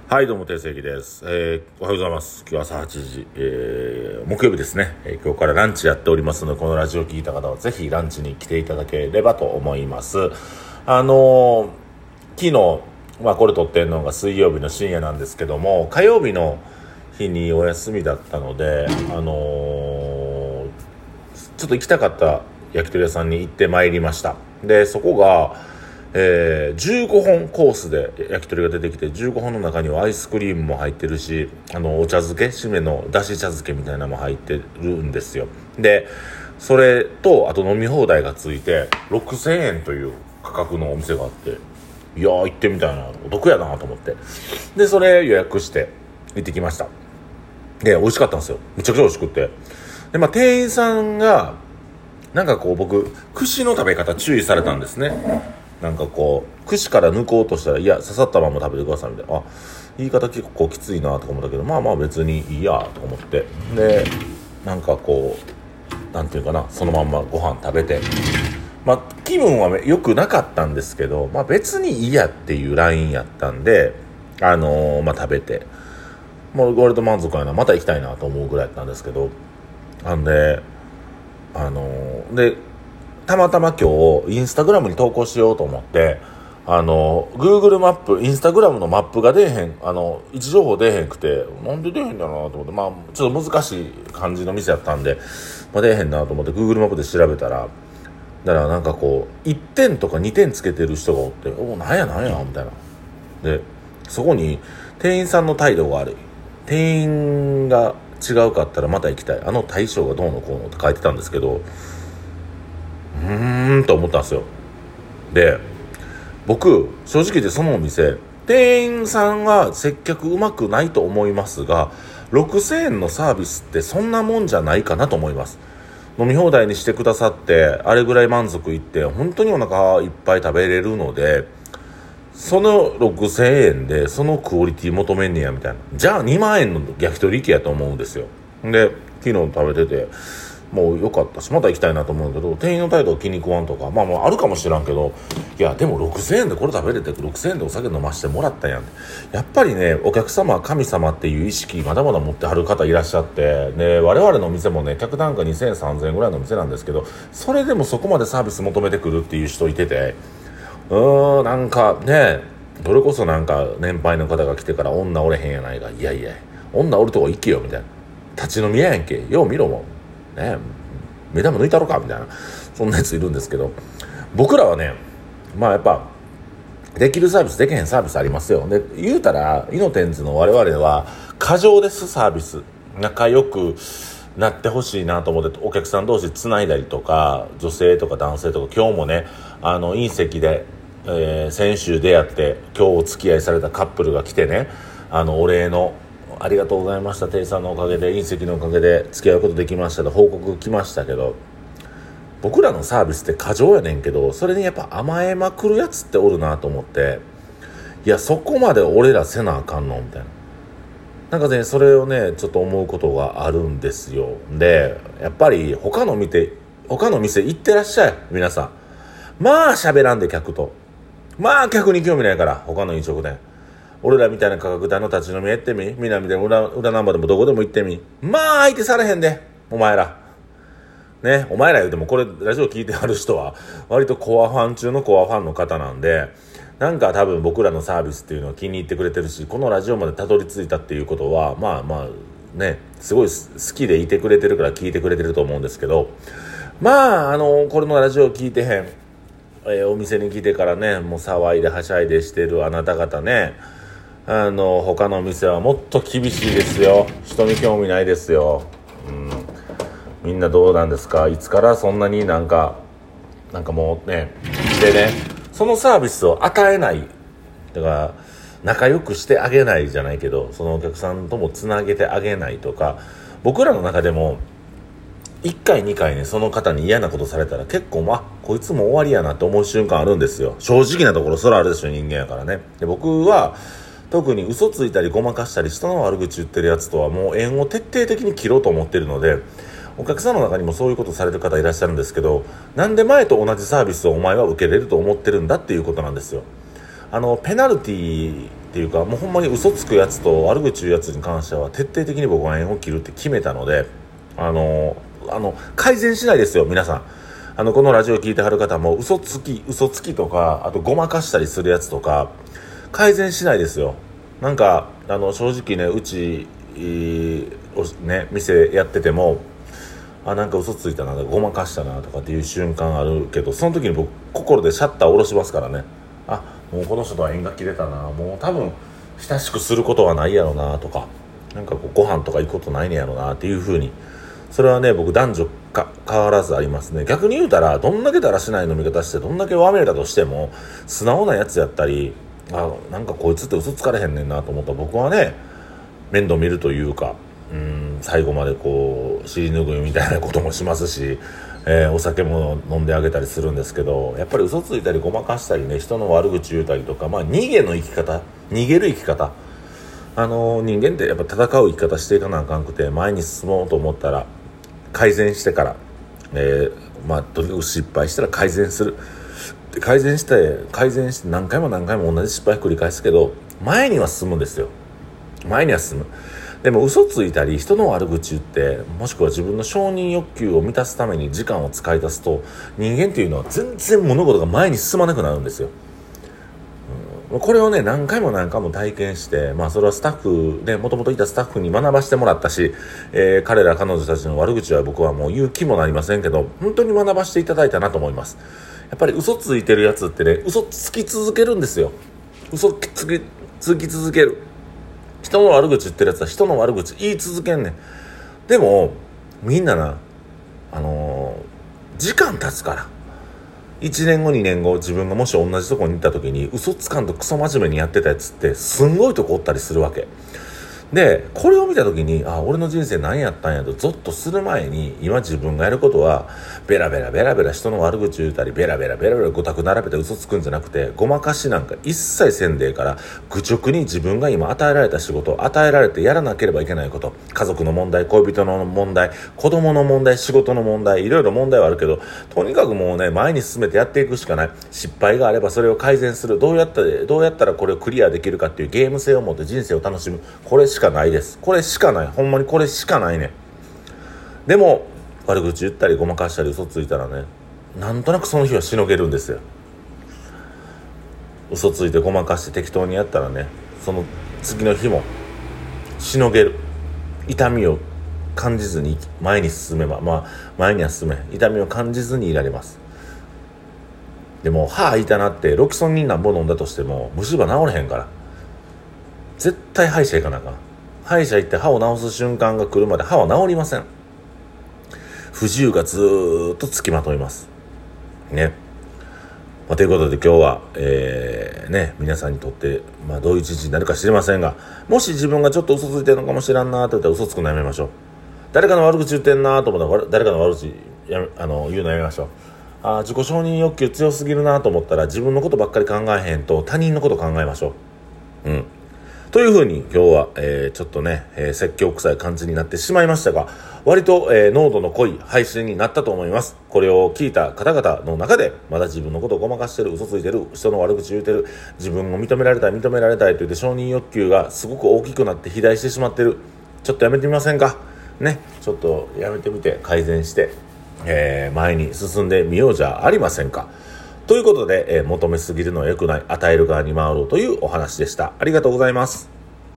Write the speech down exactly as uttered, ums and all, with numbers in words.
はい、どうも、定石です。えー、おはようございます。今日は朝はちじ、えー、木曜日ですね、えー。今日からランチやっておりますので、このラジオを聞いた方はぜひランチに来ていただければと思います。あのー、昨日、まあこれ撮ってるのが水曜日の深夜なんですけども、火曜日の日にお休みだったので、あのー、ちょっと行きたかった焼き鳥屋さんに行ってまいりました。で、そこが、えー、じゅうごほんコースで焼き鳥が出てきて、じゅうごほんの中にはアイスクリームも入ってるし、あのお茶漬け、締めのだし茶漬けみたいなのも入ってるんですよ。でそれとあと飲み放題がついてろくせんえんという価格のお店があって、いやー行ってみたいな、お得やなと思って、でそれ予約して行ってきました。で美味しかったんですよ。めちゃくちゃ美味しくって、で、まあ、店員さんがなんかこう、僕串の食べ方注意されたんですね。なんかこう串から抜こうとしたら、いや刺さったまま食べてくださいみたいな、あ、言い方結構きついなとか思ったけど、まあまあ別にいいやと思って、でなんかこうなんていうかな、そのまんまご飯食べて、まあ気分は良くなかったんですけど、まあ別にいいやっていうラインやったんで、あのー、まあ食べて、もう割と満足やな、また行きたいなと思うぐらいやったんですけど、なんであのー、でたまたま今日インスタグラムに投稿しようと思って、あの Google マップ、インスタグラムのマップが出えへん、あの位置情報出えへんくて、なんで出えへんだろうなと思って、まあちょっと難しい感じの店やったんで、まあ、出えへんなと思って Google マップで調べたら、だからなんかこういってんとかにてんつけてる人がおって、お、なんやなんやみたいな。でそこに店員さんの態度が悪い、店員が違うかったらまた行きたい、あの大将がどうのこうのって書いてたんですけど、うーんと思ったんですよ。で僕正直言ってそのお店、店員さんは接客うまくないと思いますが、ろくせんえんのサービスってそんなもんじゃないかなと思います。飲み放題にしてくださって、あれぐらい満足いって本当にお腹いっぱい食べれるので、そのろくせんえんでそのクオリティ求めんねやみたいな、じゃあにまんえんの焼き鳥行けやと思うんですよ。で昨日食べててもう良かったし、また行きたいなと思うけど、店員の態度が気に食わんとか、まあまああるかもしらんけど、いやでもろくせんえんでこれ食べれて、ろくせんえんでお酒飲ましてもらったやん。やっぱりね、お客様は神様っていう意識まだまだ持ってはる方いらっしゃって、で我々のお店もね、客単価にせんえんさんぜんえんぐらいの店なんですけど、それでもそこまでサービス求めてくるっていう人いてて、うーん、なんかね、それこそなんか年配の方が来てから女おれへんやないか、いやいや女おるとこ行けよみたいな、立ち飲み屋やんけ、よう見ろもんね、目玉抜いたろかみたいな、そんなやついるんですけど、僕らはね、まあやっぱできるサービスできへんサービスありますよ。で言うたらイノテンズの我々は過剰です。サービス仲良くなってほしいなと思って、お客さん同士つないだりとか、女性とか男性とか、今日もね、あの隕石で、えー、先週出会って今日お付き合いされたカップルが来てね、あのお礼のありがとうございました、テイさんのおかげで、隕石のおかげで付き合うことできましたと報告来ましたけど、僕らのサービスって過剰やねんけど、それにやっぱ甘えまくるやつっておるなと思って、いやそこまで俺らせなあかんのみたいな、なんかね、それをねちょっと思うことがあるんですよ。でやっぱり他の店他の店行ってらっしゃい皆さん。まあ喋らんで客と、まあ客に興味ないから、他の飲食店、俺らみたいな価格帯の立ち飲みやってみ、南でも 裏, 裏ナンバーでもどこでも行ってみ、まあ相手されへんで、お前らね、お前ら言うてもこれラジオ聞いてある人は割とコアファン中のコアファンの方なんで、なんか多分僕らのサービスっていうのを気に入ってくれてるし、このラジオまでたどり着いたっていうことは、まあまあね、すごい好きでいてくれてるから聞いてくれてると思うんですけど、まああのこれのラジオ聞いてへん、えー、お店に来てからね、もう騒いではしゃいでしてるあなた方ね、あの他の店はもっと厳しいですよ。人に興味ないですよ。うん、みんなどうなんですか。いつからそんなになんかなんかもうね、でね、そのサービスを与えない、だから仲良くしてあげないじゃないけど、そのお客さんともつなげてあげないとか、僕らの中でもいっかいにかいね、その方に嫌なことされたら結構、まあこいつも終わりやなって思う瞬間あるんですよ。正直なところそれあるでしょ、人間やからね。で僕は特に嘘ついたりごまかしたり人の悪口言ってるやつとはもう縁を徹底的に切ろうと思ってるので、お客さんの中にもそういうことされる方いらっしゃるんですけど、なんで前と同じサービスをお前は受けれると思ってるんだっていうことなんですよ。あのペナルティっていうか、もうほんまに嘘つくやつと悪口言うやつに関しては徹底的に僕は縁を切るって決めたので、あのあの改善しないですよ皆さん。あのこのラジオ聞いてはる方も嘘つき嘘つきとか、あとごまかしたりするやつとか改善しないですよ。なんかあの正直ね、うちね店やってても、あなんか嘘ついたな、ごまかしたなとかっていう瞬間あるけど、その時に僕心でシャッター下ろしますからね。あもうこの人とは縁が切れたな、もう多分親しくすることはないやろなとか、なんかこうご飯とか行くことないねやろなっていう風に、それはね僕男女か変わらずありますね。逆に言うたら、どんだけだらしない飲み方して、どんだけわめいたとしても素直なやつやったり、あなんかこいつって嘘つかれへんねんなと思ったら、僕はね面倒見るというか、うん最後までこう尻拭いみたいなこともしますし、えー、お酒も飲んであげたりするんですけど、やっぱり嘘ついたりごまかしたりね、人の悪口言うたりとか、まあ逃げの生き方、逃げる生き方、あのー、人間ってやっぱ戦う生き方していかなあかんくて、前に進もうと思ったら改善してから、えー、まあとにかく失敗したら改善する、で改善して改善して何回も何回も同じ失敗を繰り返すけど、前には進むんですよ。前には進む。でも嘘ついたり人の悪口言って、もしくは自分の承認欲求を満たすために時間を使い出すと、人間っていうのは全然物事が前に進まなくなるんですよ。うん、これをね何回も何回も体験して、まあそれはスタッフでもともといたスタッフに学ばせてもらったし、えー、彼ら彼女たちの悪口は僕はもう言う気もなりませんけど、本当に学ばせていただいたなと思います。やっぱり嘘ついてるやつってね、嘘つき続けるんですよ。嘘つきつき続ける。人の悪口言ってるやつは人の悪口言い続けんねん。でもみんなな、あのー、時間経つから、いちねんごにねんご自分がもし同じとこに行った時に嘘つかんとクソ真面目にやってたやつってすんごいとこおったりするわけで、これを見た時に、あ俺の人生何やったんやとゾッとする前に、今自分がやることはベラベラベラベラ人の悪口言うたり、ベラベラベラベラごたく並べて嘘つくんじゃなくて、ごまかしなんか一切せんでええから、愚直に自分が今与えられた仕事、与えられてやらなければいけないこと、家族の問題、恋人の問題、子供の問題、仕事の問題、いろいろ問題はあるけど、とにかくもうね前に進めてやっていくしかない。失敗があればそれを改善する、どうやったらどうやったらこれをクリアできるかっていうゲーム性を持って人生を楽しむ、これしかないです。これしかない。ほんまにこれしかないね。でも悪口言ったりごまかしたり嘘ついたらね、なんとなくその日はしのげるんですよ。嘘ついてごまかして適当にやったらね、その次の日もしのげる。痛みを感じずに前に進めば、まあ前には進め、痛みを感じずにいられます。でも歯痛なってロキソニンなんぼ飲んだとしても虫歯治れへんから、絶対歯医者行かなあかん。歯医者行って歯を治す瞬間が来るまで歯は治りません。不自由がずーっとつきまといますね。まあ、ということで今日は、えー、ね皆さんにとって、まあ、どういう一日になるか知りませんが、もし自分がちょっと嘘ついてるのかもしれんなと言ったら嘘つくのやめましょう。誰かの悪口言ってんなと思ったら誰かの悪口やめあの言うのやめましょう。あ自己承認欲求強すぎるなと思ったら自分のことばっかり考えへんと他人のこと考えましょう。うんというふうに今日は、えー、ちょっとね、えー、説教臭い感じになってしまいましたが、割と、えー、濃度の濃い配信になったと思います。これを聞いた方々の中でまだ自分のことをごまかしてる、嘘ついてる、人の悪口言うてる、自分を認められたい認められたいと言って承認欲求がすごく大きくなって肥大してしまってる、ちょっとやめてみませんかね。ちょっとやめてみて改善して、えー、前に進んでみようじゃありませんか。ということで、えー、求めすぎるのは良くない、与える側に回ろうというお話でした。ありがとうございます。